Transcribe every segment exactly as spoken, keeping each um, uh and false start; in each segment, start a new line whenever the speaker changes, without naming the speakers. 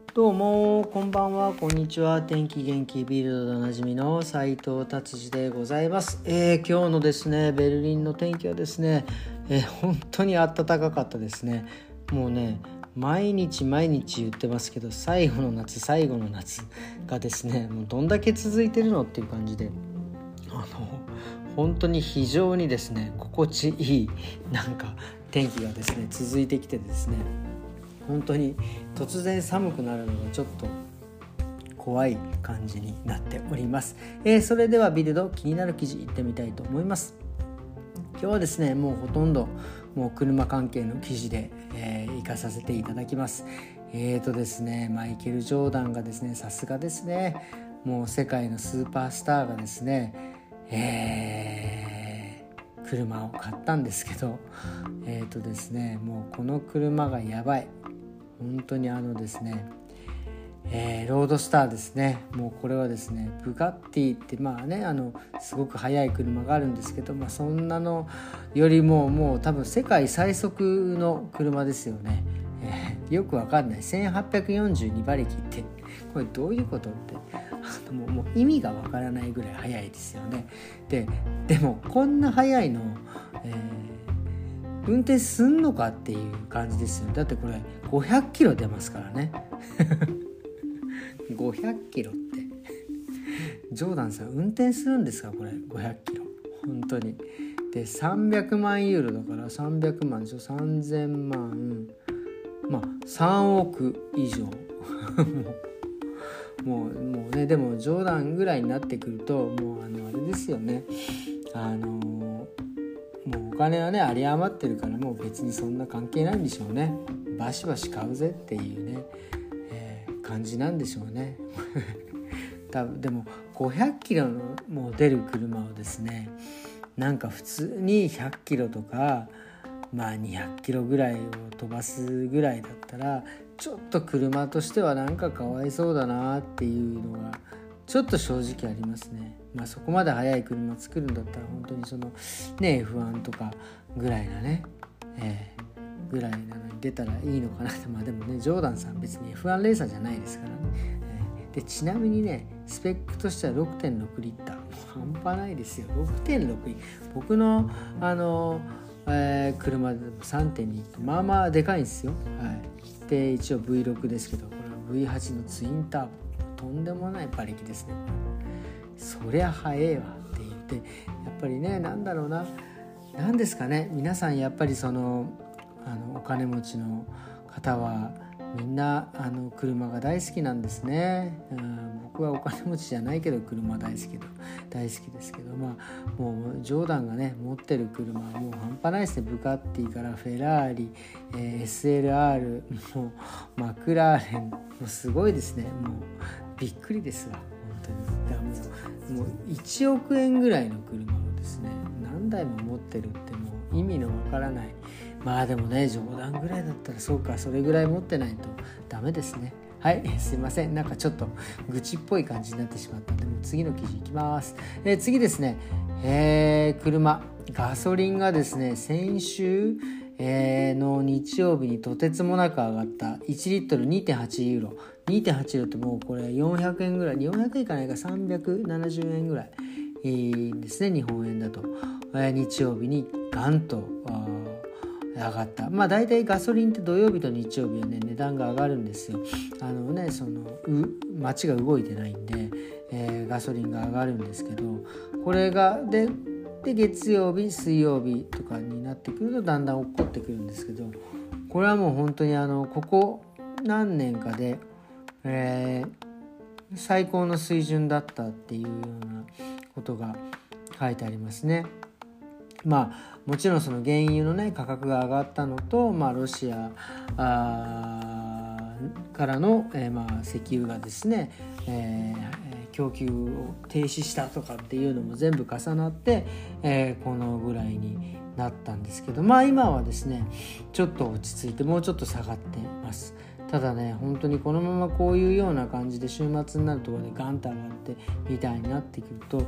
どうもこんばんは、こんにちは。天気元気ビルドでおなじみの斉藤達治でございます。えー、今日のですねベルリンの天気はですね、えー、本当に暖かかったですね。もうね毎日毎日言ってますけど、最後の夏最後の夏がですねもうどんだけ続いてるのっていう感じで、あの本当に非常にですね心地いいなんか天気がですね続いてきてですね、本当に突然寒くなるのがちょっと怖い感じになっております。えー、それではビルド気になる記事いってみたいと思います。今日はですねもうほとんどもう車関係の記事で、えー、行かさせていただきます。えーとですねマイケル・ジョーダンがですねさすがですね、もう世界のスーパースターがですね、えー、車を買ったんですけど、えーとですねもうこの車がやばい。本当にあのですね、えー、ロードスターですね。もうこれはですねブガッティってまあねあのすごく速い車があるんですけど、まあ、そんなのよりももう多分世界最速の車ですよね。えー、よくわかんないせんはっぴゃくよんじゅうにばりきってこれどういうことってもう、もう意味がわからないぐらい速いですよね。で、でもこんな速いの、えー運転すんのかっていう感じですよ。だってこれごひゃくキロ出ますからねごひゃくキロってジョーダンさん運転するんですかこれごひゃくキロ本当に。でさんびゃくまんユーロだからさんびゃくまんでしょ、さんぜんまん、まあさんおく以上もうもうね、でもジョーダンぐらいになってくるともうあのあれですよね、あのもうお金はね有り余ってるからもう別にそんな関係ないんでしょうね。バシバシ買うぜっていうね、えー、感じなんでしょうね多分でもごひゃくキロのもう出る車をですねなんか普通にひゃくキロとかまあにひゃくキロぐらいを飛ばすぐらいだったらちょっと車としてはなんかかわいそうだなっていうのがちょっと正直ありますね。まあそこまで速い車作るんだったら本当にそのね エフワン とかぐらいなね、えー、ぐらいなのに出たらいいのかなって。まあでもねジョーダンさん別に エフワン レーサーじゃないですからね。えー、でちなみにねスペックとしては ろくてんろく リッター、もう半端ないですよ。 ろくてんろく 僕のあの、えー、車でも さんてんに まあまあでかいんですよ。はい、で一応 ブイろく ですけどこれは ブイはち のツインターボ、とんでもない馬力ですね。そりゃ速えわって言って、やっぱりねなんだろうな、なんですかね、皆さんやっぱりそのあのお金持ちの方はみんなあの車が大好きなんですね。うん、僕はお金持ちじゃないけど車大好きだ大好きですけど、まあもうジョーダンがね持ってる車はもう半端ないですね。ブガッティからフェラーリ、えー、エスエルアール、もうマクラーレン、もうすごいですね。もうびっくりですわ本当に。だからもう、もういちおくえんぐらいの車をですね何台も持ってるってもう意味のわからない。まあでもねジョーダンぐらいだったらそうか、それぐらい持ってないとダメですね。はい、すいません、なんかちょっと愚痴っぽい感じになってしまったのでもう次の記事いきます。えー、次ですね、えー、車ガソリンがですね先週、えー、の日曜日にとてつもなく上がった。いちリットル にてんはち ユーロ にてんはち ユーロってもうこれよんひゃくえんぐらい、よんひゃくえんいかないかさんびゃくななじゅうえんぐらい、えー、ですね日本円だと、えー、日曜日にガンと上がった。まあ大体ガソリンって土曜日と日曜日はね値段が上がるんですよ。あのねその街が動いてないんで、えー、ガソリンが上がるんですけど、これがでで月曜日水曜日とかになってくるとだんだん落っこってくるんですけど、これはもう本当にあのここ何年かで、えー、最高の水準だったっていうようなことが書いてありますね。まあもちろんその原油のね価格が上がったのと、まあ、ロシアあからの、えー、まあ石油がですね、えー、供給を停止したとかっていうのも全部重なって、えー、このぐらいになったんですけど、まあ今はですねちょっと落ち着いてもうちょっと下がってます。ただね本当にこのままこういうような感じで週末になるところでガンと上がってみたいになってくると、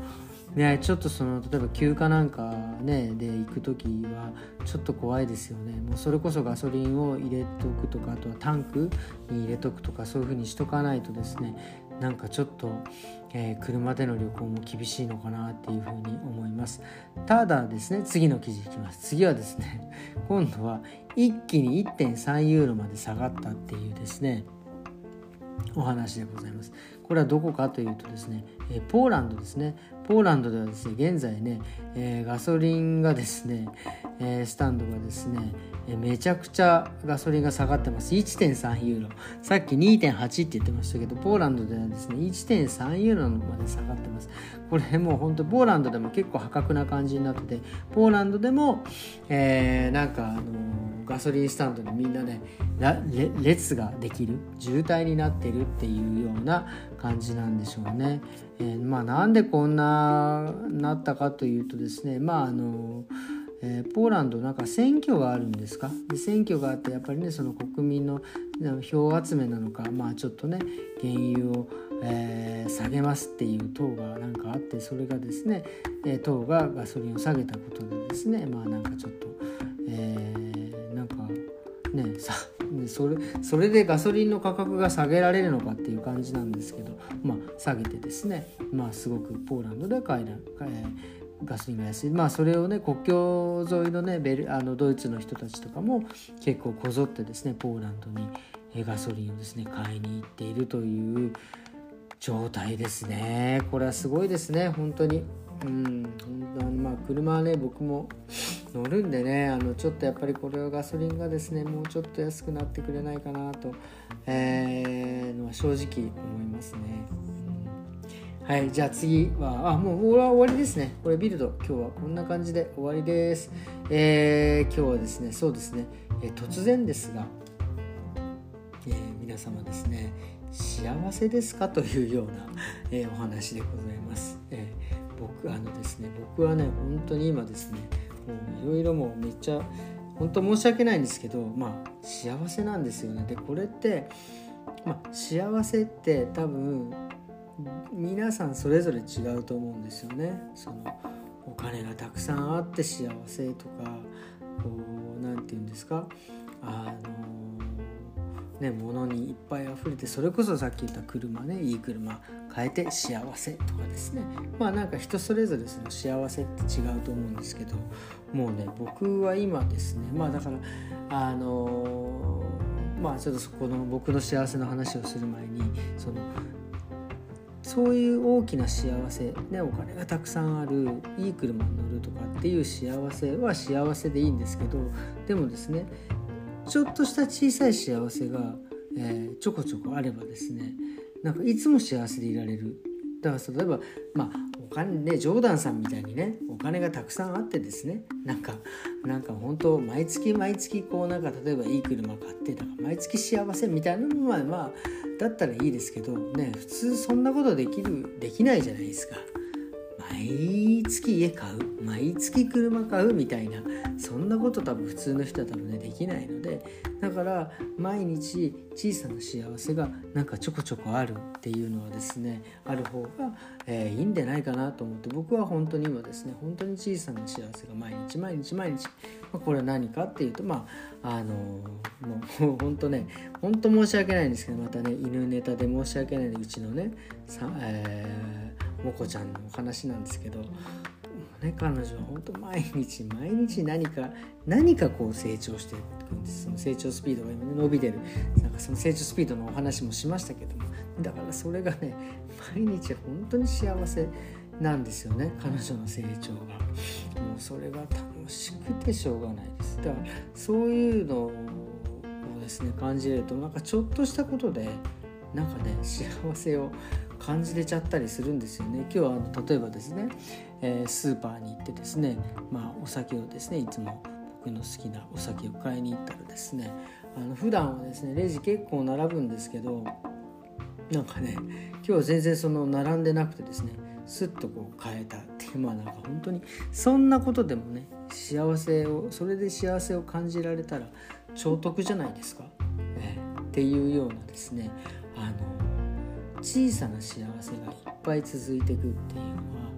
ね、ちょっとその例えば休暇なんかねで行くときはちょっと怖いですよね。もうそれこそガソリンを入れとくとか、あとはタンクに入れとくとか、そういう風にしとかないとですね、なんかちょっと、えー、車での旅行も厳しいのかなっていう風に思います。ただですね、次の記事いきます。次はですね、今度は一気に いってんさん ユーロまで下がったっていうですねお話でございます。これはどこかというとですね、えー、ポーランドですね。ポーランドではですね、現在ね、えー、ガソリンがですね、えー、スタンドがですね、えー、めちゃくちゃガソリンが下がってます。 いってんさん ユーロ、さっき にてんはち って言ってましたけど、ポーランドではですね いってんさん ユーロまで下がってます。これもう本当ポーランドでも結構破格な感じになってて、ポーランドでも、えー、なんかあのーガソリンスタンドにみんなね列ができる、渋滞になってるっていうような感じなんでしょうね。えー、まあなんでこんななったかというとですね、まああの、えー、ポーランドなんか選挙があるんですか。で選挙があってやっぱりね、その国民の票集めなのか、まあちょっとね原油をえー、下げますっていう党がなんかあって、それがですね、えー、党がガソリンを下げたことでですね、まあなんかちょっと、えー、なんかねさそれそれでガソリンの価格が下げられるのかっていう感じなんですけど、まあ下げてですね、まあすごくポーランドで買える、えー、ガソリンが安い。まあそれをね国境沿いのねベルあのドイツの人たちとかも結構こぞってですねポーランドにガソリンをですね買いに行っているという状態ですね。これはすごいですね本当に。うん、まあ車はね僕も乗るんでね、あのちょっとやっぱりこれはガソリンがですねもうちょっと安くなってくれないかなと、えー、のは正直思いますね。うん、はい、じゃあ次はあもう終わりですね。これビルド今日はこんな感じで終わりです。えー、今日はですねそうですね、えー、突然ですが、えー、皆様ですね幸せですかというような、えー、お話でございます。えー、僕あのですね僕はね本当に今ですねいろいろもうめっちゃ本当申し訳ないんですけど、まあ幸せなんですよね。でこれって、まあ、幸せって多分皆さんそれぞれ違うと思うんですよね。そのお金がたくさんあって幸せとか、こうなんていうんですか、あのね、物にいっぱい溢れて、それこそさっき言った車ね、いい車買えて幸せとかですね、まあなんか人それぞれその幸せって違うと思うんですけど、もうね僕は今ですね、まあだからあのー、まあちょっとそこの僕の幸せの話をする前に、そのそういう大きな幸せ、ね、お金がたくさんある、いい車に乗るとかっていう幸せは幸せでいいんですけど、でもですねちょっとした小さい幸せが、えー、ちょこちょこあればですね、なんかいつも幸せでいられる。だから例えばまあお金ね、ジョーダンさんみたいにねお金がたくさんあってですね、なんかなんか本当毎月毎月こうなんか例えばいい車買ってだから毎月幸せみたいなのもまあまあだったらいいですけどね、普通そんなことできるできないじゃないですか。毎月家買う、毎月車買うみたいな、そんなこと多分普通の人は多分ねできないので、だから毎日小さな幸せがなんかちょこちょこあるっていうのはですねある方が、えー、いいんじゃないかなと思って、僕は本当に今ですね本当に小さな幸せが毎日毎日毎日、まあ、これは何かっていうと、まああのー、もう本当ね本当申し訳ないんですけど、またね犬ネタで申し訳ないのでうちのねさ、えーもこちゃんのお話なんですけど、ね、彼女は本当毎日毎日何か何かこう成長していくんです。その成長スピードが今ね伸びてる、なんかその成長スピードのお話もしましたけども、だからそれがね毎日本当に幸せなんですよね、彼女の成長が。もうそれが楽しくてしょうがないです。だからそういうのをですね感じれると、なんかちょっとしたことでなんかね幸せを感じれちゃったりするんですよね。今日はあの例えばですね、えー、スーパーに行ってですね、まあお酒をですねいつも僕の好きなお酒を買いに行ったらですね、あの普段はですねレジ結構並ぶんですけど、なんかね今日は全然その並んでなくてですねスッとこう買えたっていう、まあなんか本当にそんなことでもね幸せをそれで幸せを感じられたら超得じゃないですか、えー、っていうようなですね、あの小さな幸せがいっぱい続いていくっていうのは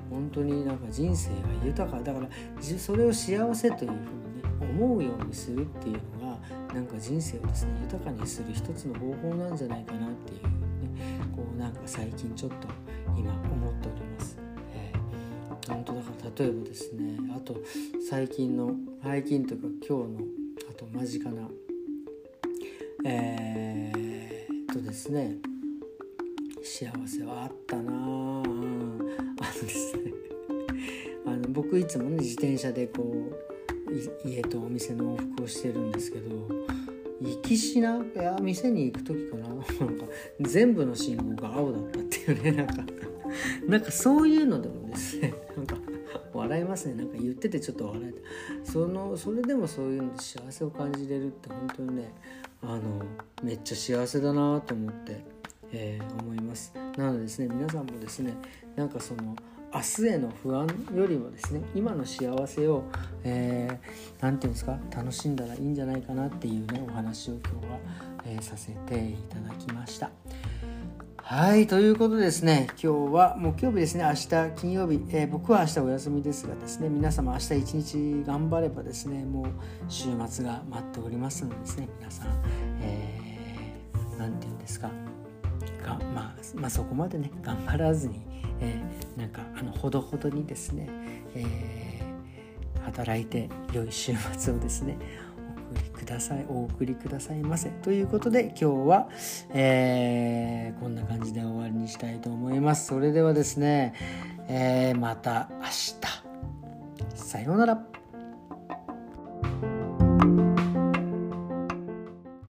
本当になんか人生が豊かだから、それを幸せというふうにね思うようにするっていうのがなんか人生をですね豊かにする一つの方法なんじゃないかなっていうね、こうなんか最近ちょっと今思っております。えー、本当だから例えばですね、あと最近の最近というか今日のあと間近なえー、っとですね幸せはあったなあ。あのですねあの僕いつもね自転車でこう家とお店の往復をしてるんですけど、行きしないや店に行く時かななんか全部の信号が青だったっていうね、なんかなんかそういうのでもですねなんか笑いますね。なんか言っててちょっと笑えた。そのそれでもそういうので幸せを感じれるって本当にねあのめっちゃ幸せだなと思って、えー、思います。なのでですね、皆さんもですねなんかその明日への不安よりもですね今の幸せを、えー、なんていうんですか楽しんだらいいんじゃないかなっていうねお話を今日は、えー、させていただきました。はい、ということでですね、今日は木曜日ですね。明日金曜日、えー、僕は明日お休みですがですね、皆様明日一日頑張ればですね、もう週末が待っておりますのでですね、皆さん、えー、なんていうんですかが、まあ、まあそこまでね頑張らずに、えー、なんかあのほどほどにですね、えー、働いて良い週末をですねお送りくださいお送りくださいませということで、今日は、えー、こんな感じで終わりにしたいと思います。それではですね、えー、また明日さようなら。